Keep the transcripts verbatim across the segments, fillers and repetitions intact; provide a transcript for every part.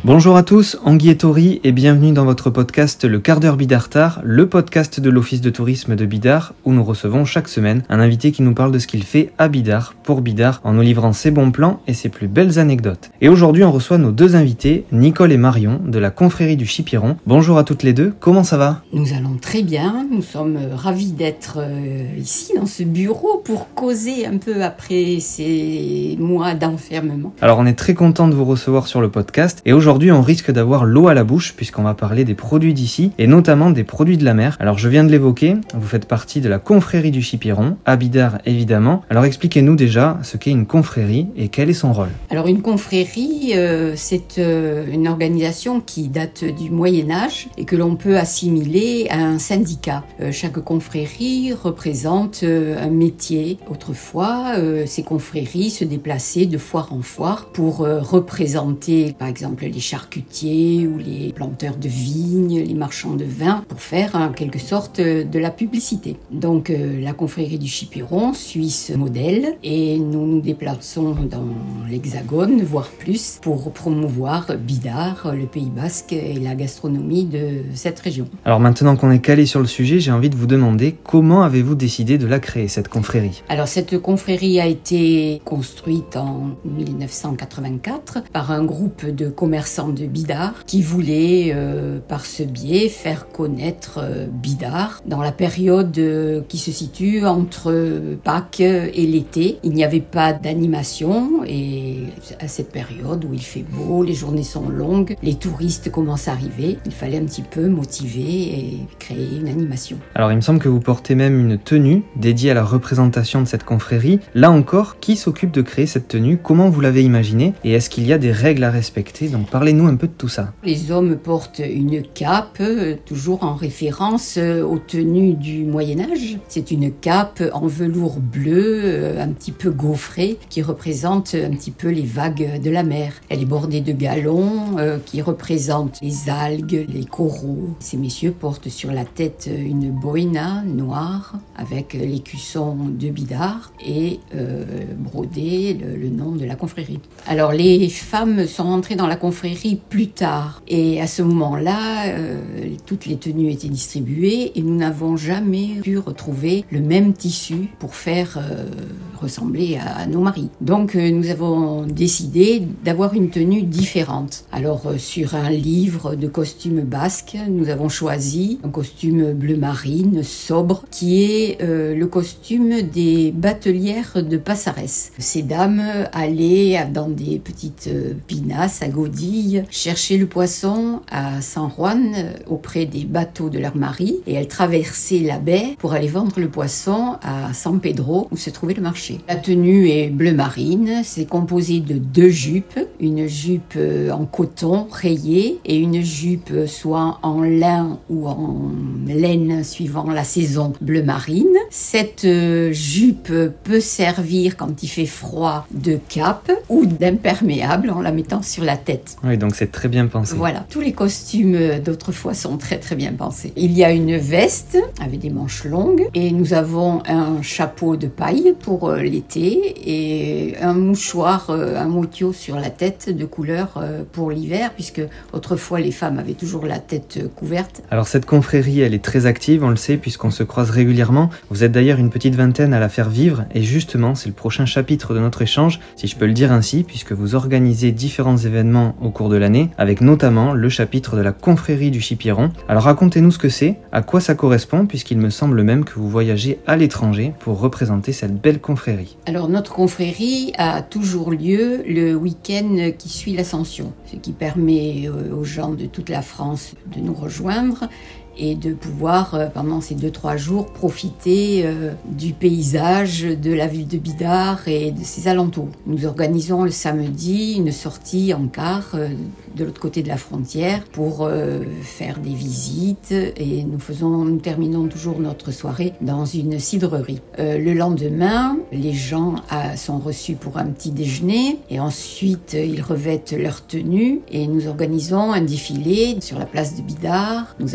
Bonjour à tous, Anguy et Tori et bienvenue dans votre podcast Le Quart d'heure Bidart, le podcast de l'Office de tourisme de Bidart où nous recevons chaque semaine un invité qui nous parle de ce qu'il fait à Bidart, pour Bidart, en nous livrant ses bons plans et ses plus belles anecdotes. Et aujourd'hui on reçoit nos deux invités, Nicole et Marion de la confrérie du Chipiron. Bonjour à toutes les deux, comment ça va ? Nous allons très bien, nous sommes ravis d'être ici dans ce bureau pour causer un peu après ces mois d'enfermement. Alors on est très content de vous recevoir sur le podcast et aujourd'hui Aujourd'hui, on risque d'avoir l'eau à la bouche puisqu'on va parler des produits d'ici et notamment des produits de la mer. Alors, je viens de l'évoquer, vous faites partie de la confrérie du Chipiron, à Bidart évidemment. Alors, expliquez-nous déjà ce qu'est une confrérie et quel est son rôle. Alors, une confrérie, euh, c'est euh, une organisation qui date du Moyen-Âge et que l'on peut assimiler à un syndicat. Euh, chaque confrérie représente euh, un métier. Autrefois, euh, ces confréries se déplaçaient de foire en foire pour euh, représenter, par exemple, les charcutiers ou les planteurs de vignes, les marchands de vin, pour faire en quelque sorte de la publicité. Donc euh, la confrérie du Chipiron suit ce modèle et nous nous déplaçons dans l'Hexagone, voire plus, pour promouvoir Bidart, le Pays Basque et la gastronomie de cette région. Alors maintenant qu'on est calé sur le sujet, j'ai envie de vous demander comment avez-vous décidé de la créer, cette confrérie ? Alors cette confrérie a été construite en dix-neuf cent quatre-vingt-quatre par un groupe de commerçants de Bidart qui voulait euh, par ce biais faire connaître euh, Bidart dans la période euh, qui se situe entre Pâques et l'été. Il n'y avait pas d'animation et à cette période où il fait beau, les journées sont longues, les touristes commencent à arriver, il fallait un petit peu motiver et créer une animation. Alors il me semble que vous portez même une tenue dédiée à la représentation de cette confrérie. Là encore, qui s'occupe de créer cette tenue ? Comment vous l'avez imaginée ? Et est-ce qu'il y a des règles à respecter ? Donc parlez-nous un peu de tout ça. Les hommes portent une cape, toujours en référence aux tenues du Moyen-Âge. C'est une cape en velours bleu, un petit peu gaufrée, qui représente un petit peu les vagues de la mer. Elle est bordée de galons euh, qui représentent les algues, les coraux. Ces messieurs portent sur la tête une boina noire avec l'écusson de Bidart et euh, brodé le, le nom de la confrérie. Alors les femmes sont entrées dans la confrérie plus tard. Et à ce moment-là, euh, toutes les tenues étaient distribuées et nous n'avons jamais pu retrouver le même tissu pour faire euh, ressembler à, à nos maris. Donc euh, nous avons décidé d'avoir une tenue différente. Alors euh, sur un livre de costumes basques, nous avons choisi un costume bleu marine, sobre, qui est euh, le costume des batelières de Passarès. Ces dames allaient dans des petites euh, pinasses à godilles chercher le poisson à San Juan auprès des bateaux de leur mari et elles traversaient la baie pour aller vendre le poisson à San Pedro où se trouvait le marché. La tenue est bleu marine, c'est composé de deux jupes, une jupe en coton rayé et une jupe soit en lin ou en laine suivant la saison bleu marine. Cette jupe peut servir quand il fait froid de cape ou d'imperméable en la mettant sur la tête. Oui, donc c'est très bien pensé. Voilà, tous les costumes d'autrefois sont très très bien pensés. Il y a une veste avec des manches longues et nous avons un chapeau de paille pour l'été et un mouchoir, un motio sur la tête de couleur pour l'hiver puisque autrefois les femmes avaient toujours la tête couverte. Alors cette confrérie, elle est très active, on le sait puisqu'on se croise régulièrement. Vous êtes d'ailleurs une petite vingtaine à la faire vivre et justement c'est le prochain chapitre de notre échange, si je peux le dire ainsi, puisque vous organisez différents événements au cours de l'année avec notamment le chapitre de la confrérie du Chipiron. Alors racontez-nous ce que c'est, à quoi ça correspond, puisqu'il me semble même que vous voyagez à l'étranger pour représenter cette belle confrérie. Alors notre confrérie a toujours lieu le week-end qui suit l'Ascension, ce qui permet aux gens de toute la France de nous rejoindre et de pouvoir, euh, pendant ces deux trois jours, profiter euh, du paysage de la ville de Bidart et de ses alentours. Nous organisons le samedi une sortie en car euh, de l'autre côté de la frontière pour euh, faire des visites et nous faisons, nous terminons toujours notre soirée dans une cidrerie. Euh, le lendemain, les gens euh, sont reçus pour un petit déjeuner et ensuite euh, ils revêtent leur tenue et nous organisons un défilé sur la place de Bidart. Nous allons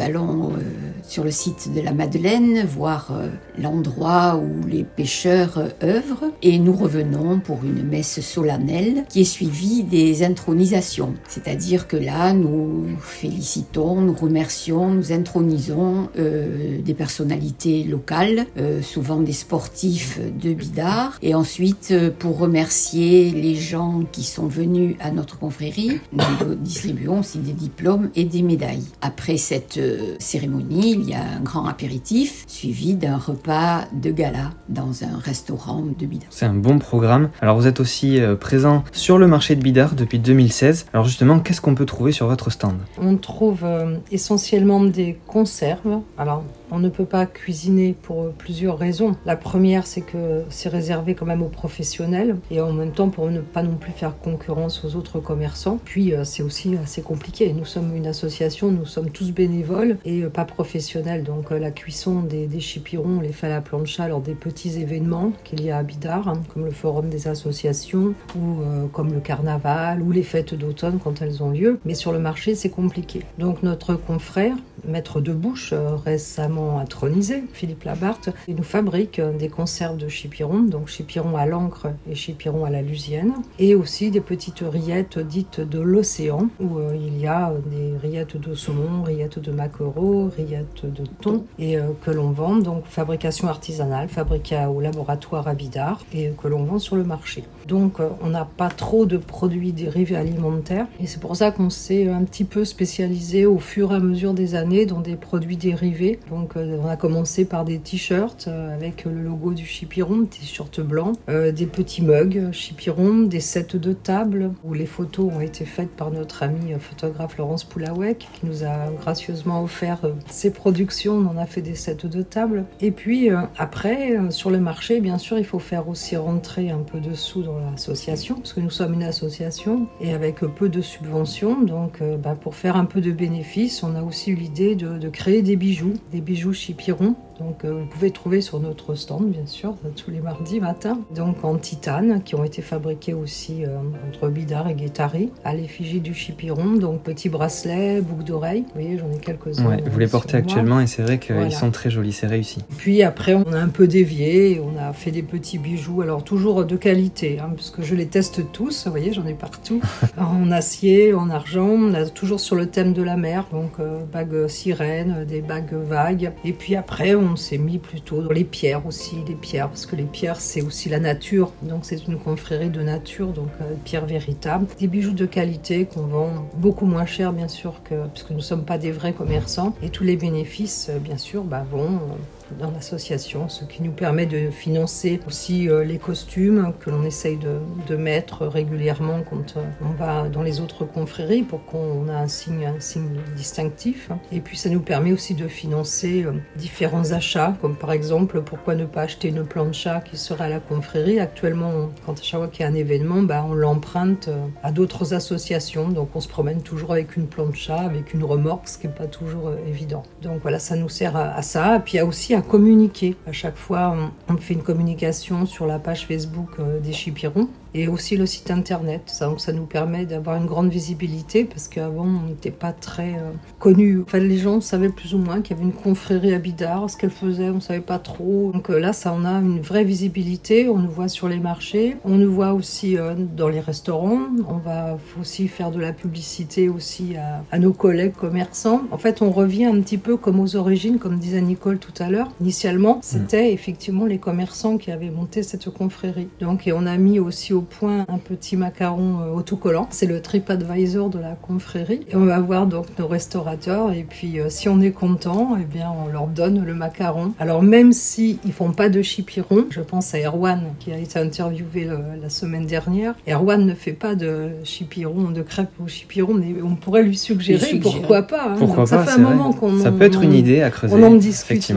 euh, sur le site de la Madeleine, voir euh, l'endroit où les pêcheurs euh, œuvrent. Et nous revenons pour une messe solennelle qui est suivie des intronisations. C'est-à-dire que là, nous félicitons, nous remercions, nous intronisons euh, des personnalités locales, euh, souvent des sportifs de Bidart. Et ensuite, euh, pour remercier les gens qui sont venus à notre confrérie, nous distribuons aussi des diplômes et des médailles. Après cette euh, cérémonie, il y a un grand apéritif suivi d'un repas de gala dans un restaurant de Bidart. C'est un bon programme. Alors vous êtes aussi euh, présent sur le marché de Bidart depuis deux mille seize. Alors justement, qu'est-ce qu'on peut trouver sur votre stand ? On trouve euh, essentiellement des conserves. Alors, on ne peut pas cuisiner pour plusieurs raisons. La première, c'est que c'est réservé quand même aux professionnels et en même temps pour ne pas non plus faire concurrence aux autres commerçants. Puis euh, c'est aussi assez compliqué. Nous sommes une association, nous sommes tous bénévoles et euh, pas professionnels. Donc euh, la cuisson des, des chipirons, on les fait à la plancha lors des petits événements qu'il y a à Bidart, hein, comme le forum des associations ou euh, comme le carnaval ou les fêtes d'automne quand elles ont lieu. Mais sur le marché, c'est compliqué. Donc notre confrère, maître de bouche, euh, récemment intronisé, Philippe Labarthe, il nous fabrique des conserves de chipirons, donc chipirons à l'encre et chipirons à la lusienne, et aussi des petites rillettes dites de l'océan, où euh, il y a des rillettes de saumon, rillettes de maquereau, rillettes de thon, et euh, que l'on vend, donc fabrication artisanale, fabriquée au laboratoire à Bidart, et que l'on vend sur le marché. Donc euh, on n'a pas trop de produits dérivés alimentaires, et c'est pour ça qu'on s'est un petit peu spécialisé au fur et à mesure des années dans des produits dérivés. Donc on a commencé par des t-shirts avec le logo du chipiron, t-shirts blancs, euh, des petits mugs chipiron, des sets de table où les photos ont été faites par notre ami photographe Laurence Poulawek qui nous a gracieusement offert euh, ses productions. On en a fait des sets de table. Et puis euh, après, euh, sur le marché, bien sûr, il faut faire aussi rentrer un peu de sous dans l'association parce que nous sommes une association et avec peu de subventions. Donc euh, bah, pour faire un peu de bénéfices, on a aussi eu l'idée de, de créer des bijoux, des bijoux Chipiron. Donc euh, vous pouvez trouver sur notre stand bien sûr tous les mardis matins, donc en titane qui ont été fabriqués aussi euh, entre Bidart et Guétari à l'effigie du chipiron, donc petits bracelets, boucles d'oreilles, vous voyez j'en ai quelques-uns. Ouais, vous les portez actuellement et c'est vrai qu'ils voilà. sont très jolis, c'est réussi. Puis après on a un peu dévié, on a fait des petits bijoux, alors toujours de qualité, hein, parce que je les teste tous, vous voyez j'en ai partout, en acier, en argent, on a toujours sur le thème de la mer, donc euh, bagues sirènes, des bagues vagues, et puis après on On s'est mis plutôt dans les pierres aussi, les pierres, parce que les pierres, c'est aussi la nature. Donc, c'est une confrérie de nature, donc euh, pierres véritables. Des bijoux de qualité qu'on vend beaucoup moins cher, bien sûr, que, puisque nous ne sommes pas des vrais commerçants. Et tous les bénéfices, euh, bien sûr, bah, vont... Euh, dans l'association, ce qui nous permet de financer aussi euh, les costumes que l'on essaye de, de mettre régulièrement quand euh, on va dans les autres confréries pour qu'on a un signe, un signe distinctif. Et puis ça nous permet aussi de financer euh, différents achats, comme par exemple, pourquoi ne pas acheter une plancha qui sera à la confrérie. Actuellement, quand à chaque fois qu'il y a un événement, bah, on l'emprunte euh, à d'autres associations. Donc on se promène toujours avec une plancha, avec une remorque, ce qui n'est pas toujours euh, évident. Donc voilà, ça nous sert à, à ça. Et puis il y a aussi à communiquer. À chaque fois, on, on fait une communication sur la page Facebook euh, des Chipirons et aussi le site internet. Ça, donc ça nous permet d'avoir une grande visibilité parce qu'avant, on n'était pas très euh, connus. Enfin, les gens savaient plus ou moins qu'il y avait une confrérie à Bidart, ce qu'elle faisait, on ne savait pas trop. Donc euh, là, ça, on a une vraie visibilité. On nous voit sur les marchés, on nous voit aussi euh, dans les restaurants. On va aussi faire de la publicité aussi à, à nos collègues commerçants. En fait, on revient un petit peu comme aux origines, comme disait Nicole tout à l'heure. Initialement, c'était mmh. effectivement les commerçants qui avaient monté cette confrérie. Donc, et on a mis aussi au point un petit macaron euh, autocollant. C'est le TripAdvisor de la confrérie. Et on va voir donc nos restaurateurs. Et puis, euh, si on est content, eh bien, on leur donne le macaron. Alors, même si ils font pas de chipiron, je pense à Erwan qui a été interviewé le, la semaine dernière. Erwan ne fait pas de chipiron, de crêpes au chipiron, mais on pourrait lui suggérer. Pourquoi pas hein. Pourquoi donc, ça pas, fait un moment qu'on ça en, peut être on, une idée à creuser. On en discute. Voilà.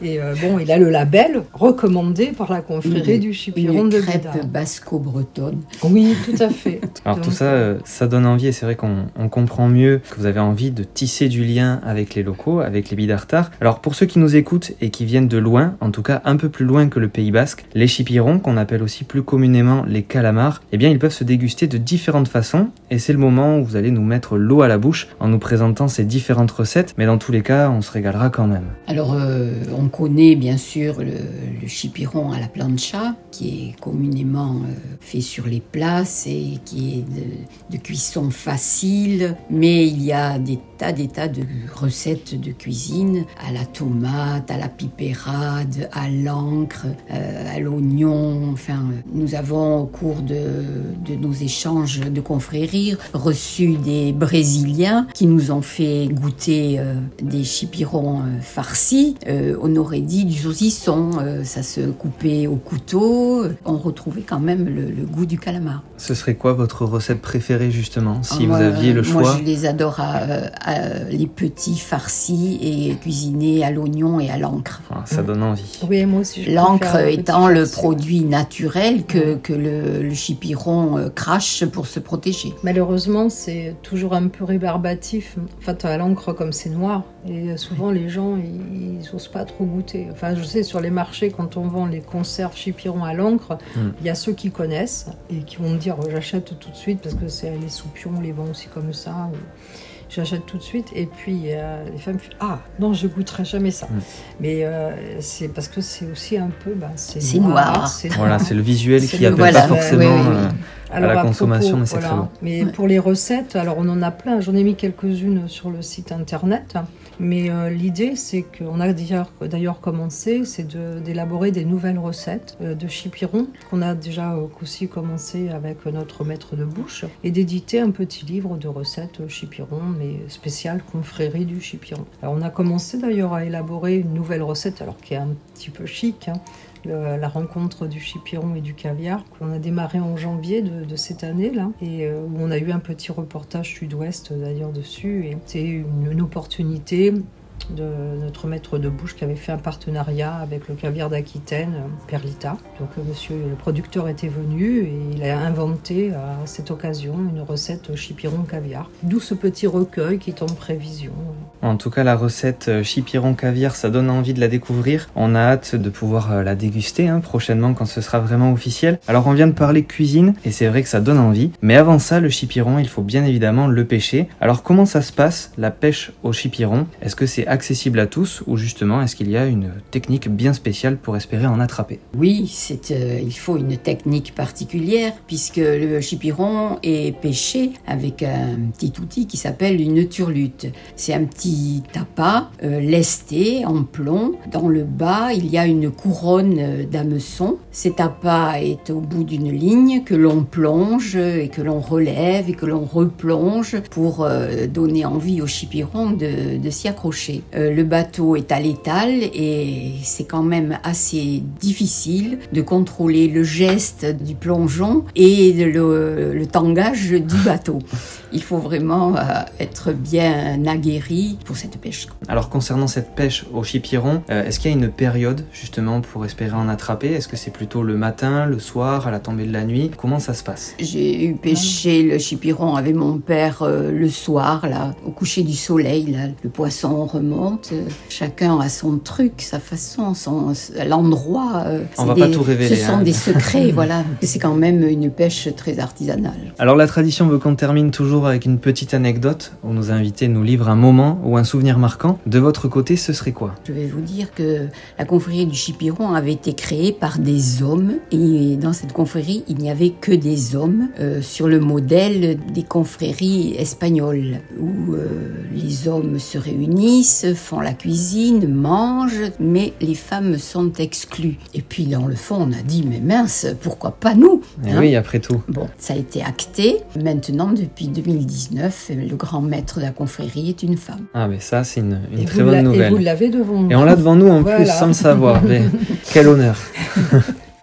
Et euh, bon, il a le label recommandé par la confrérie une, du Chipiron une de crêpe Bidart. basco-bretonne. Oui, tout à fait. Alors Donc, tout ça, euh, ça donne envie et c'est vrai qu'on on comprend mieux que vous avez envie de tisser du lien avec les locaux, avec les Bidartards. Alors pour ceux qui nous écoutent et qui viennent de loin, en tout cas un peu plus loin que le Pays Basque, les chipirons, qu'on appelle aussi plus communément les calamars, eh bien ils peuvent se déguster de différentes façons et c'est le moment où vous allez nous mettre l'eau à la bouche en nous présentant ces différentes recettes, mais dans tous les cas, on se régalera quand même. Alors, euh, on connaît bien sûr le, le chipiron à la plancha, qui est communément euh, fait sur les places et qui est de, de cuisson facile, mais il y a des tas, des tas de recettes de cuisine à la tomate, à la pipérade, à l'encre, euh, à l'oignon. Enfin, nous avons au cours de, de nos échanges de confréries reçu des Brésiliens qui nous ont fait goûter euh, des chipirons euh, farcis. Euh, on aurait dit du saucisson, euh, ça se coupait au couteau. On retrouvait quand même le, le goût du calamar. Ce serait quoi votre recette préférée justement, si Ah, vous moi, aviez le choix? Moi, je les adore, à, à, les petits farcis et cuisinés à l'oignon et à l'encre. Ah, ça donne envie. oui, moi aussi. Je L'encre préfère étant petit le farci, produit ouais. naturel que, que le, le chipiron euh, crache pour se protéger. Malheureusement, c'est toujours un peu rébarbatif. En fait, à l'encre, comme c'est noir, et souvent les gens, ils n'osent pas trop goûter. Enfin, je sais, sur les marchés, quand on vend les conserves chipirons à l'encre, il mm. y a ceux qui connaissent et qui vont me dire oh, j'achète tout de suite parce que c'est les soupions, les vend aussi comme ça. Ou... J'achète tout de suite et puis euh, les femmes font ah non je goûterai jamais ça. Mm. Mais euh, c'est parce que c'est aussi un peu bah, c'est, c'est noir. noir. C'est voilà, noir. c'est le visuel c'est qui le, appelle voilà, pas forcément oui, oui, oui. Euh, alors, à la à consommation, propos, mais c'est voilà. très bon. Mais ouais. pour les recettes, alors on en a plein. J'en ai mis quelques-unes sur le site internet. Mais euh, l'idée, c'est qu'on a d'ailleurs, d'ailleurs commencé, c'est de, d'élaborer des nouvelles recettes euh, de chipiron, qu'on a déjà euh, aussi commencé avec notre maître de bouche, et d'éditer un petit livre de recettes chipiron, mais spécial confrérie du chipiron. Alors on a commencé d'ailleurs à élaborer une nouvelle recette, alors qui est un petit peu chic, hein, Le, la rencontre du chipiron et du caviar qu'on a démarré en janvier de, de cette année là et euh, où on a eu un petit reportage Sud-Ouest d'ailleurs dessus et c'est une, une opportunité de notre maître de bouche qui avait fait un partenariat avec le caviar d'Aquitaine, Perlita. Donc le monsieur, le producteur était venu et il a inventé à cette occasion une recette chipiron caviar. D'où ce petit recueil qui est en prévision. En tout cas, la recette chipiron caviar, ça donne envie de la découvrir. On a hâte de pouvoir la déguster hein, prochainement quand ce sera vraiment officiel. Alors on vient de parler cuisine et c'est vrai que ça donne envie. Mais avant ça, le chipiron, il faut bien évidemment le pêcher. Alors comment ça se passe, la pêche au chipiron? Est-ce que c'est accessible à tous ou justement est-ce qu'il y a une technique bien spéciale pour espérer en attraper? Oui, c'est, euh, il faut une technique particulière puisque le chipiron est pêché avec un petit outil qui s'appelle une turlute. C'est un petit tapas euh, lesté en plomb. Dans le bas, il y a une couronne d'hameçon. Cet tapas est au bout d'une ligne que l'on plonge et que l'on relève et que l'on replonge pour euh, donner envie au chipiron de, de s'y accrocher. Euh, le bateau est à l'étal et c'est quand même assez difficile de contrôler le geste du plongeon et le, le tangage du bateau. Il faut vraiment euh, être bien aguerri pour cette pêche. Alors concernant cette pêche au chipiron, euh, est-ce qu'il y a une période justement pour espérer en attraper? Est-ce que c'est plutôt le matin, le soir, à la tombée de la nuit? Comment ça se passe? J'ai eu pêché le chipiron avec mon père euh, le soir, là, au coucher du soleil. Là, le poisson remonte. Euh, chacun a son truc, sa façon, son, l'endroit. Euh, On va des, pas tout révéler. Ce sont hein. des secrets, voilà. C'est quand même une pêche très artisanale. Alors la tradition veut qu'on termine toujours avec une petite anecdote où nos invités nous livrent un moment ou un souvenir marquant. De votre côté, ce serait quoi? Je vais vous dire que la confrérie du chipiron avait été créée par des hommes et dans cette confrérie, il n'y avait que des hommes euh, sur le modèle des confréries espagnoles où euh, les hommes se réunissent, font la cuisine, mangent, mais les femmes sont exclues. Et puis dans le fond, on a dit mais mince, pourquoi pas nous hein? Oui, après tout. Bon, ça a été acté. Maintenant, depuis deux mille dix-neuf, le grand maître de la confrérie est une femme. Ah mais ça, c'est une, une et très bonne nouvelle. Et vous l'avez devant nous. Et on l'a devant nous en voilà. plus sans le savoir. Mais quel honneur.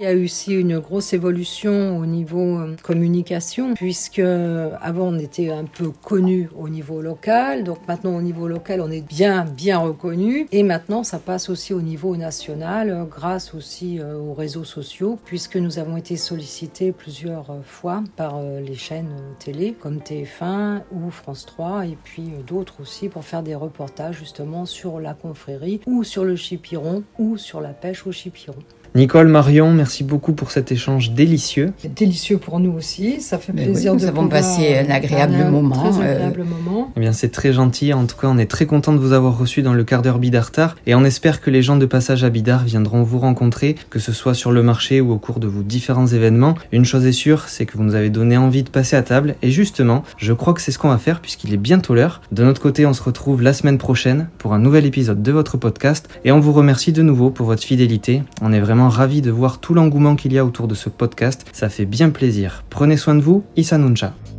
Il y a eu aussi une grosse évolution au niveau euh, communication, puisque euh, avant on était un peu connu au niveau local, donc maintenant au niveau local on est bien bien reconnu, et maintenant ça passe aussi au niveau national, euh, grâce aussi euh, aux réseaux sociaux, puisque nous avons été sollicités plusieurs euh, fois par euh, les chaînes euh, télé comme T F un ou France trois, et puis euh, d'autres aussi pour faire des reportages justement sur la confrérie ou sur le chipiron ou sur la pêche au chipiron. Nicole, Marion, merci beaucoup pour cet échange délicieux. C'est délicieux pour nous aussi, ça fait Mais plaisir oui, de nous avons pouvoir, passé un agréable un moment. Très euh, agréable moment. Eh bien, c'est très gentil. En tout cas, on est très content de vous avoir reçu dans le quart d'heure Bidartar et on espère que les gens de passage à Bidart viendront vous rencontrer, que ce soit sur le marché ou au cours de vos différents événements. Une chose est sûre, c'est que vous nous avez donné envie de passer à table et justement, je crois que c'est ce qu'on va faire puisqu'il est bientôt l'heure. De notre côté, on se retrouve la semaine prochaine pour un nouvel épisode de votre podcast et on vous remercie de nouveau pour votre fidélité. On est vraiment ravis de voir tout l'engouement qu'il y a autour de ce podcast. Ça fait bien plaisir. Prenez soin de vous. Issa Nuncha.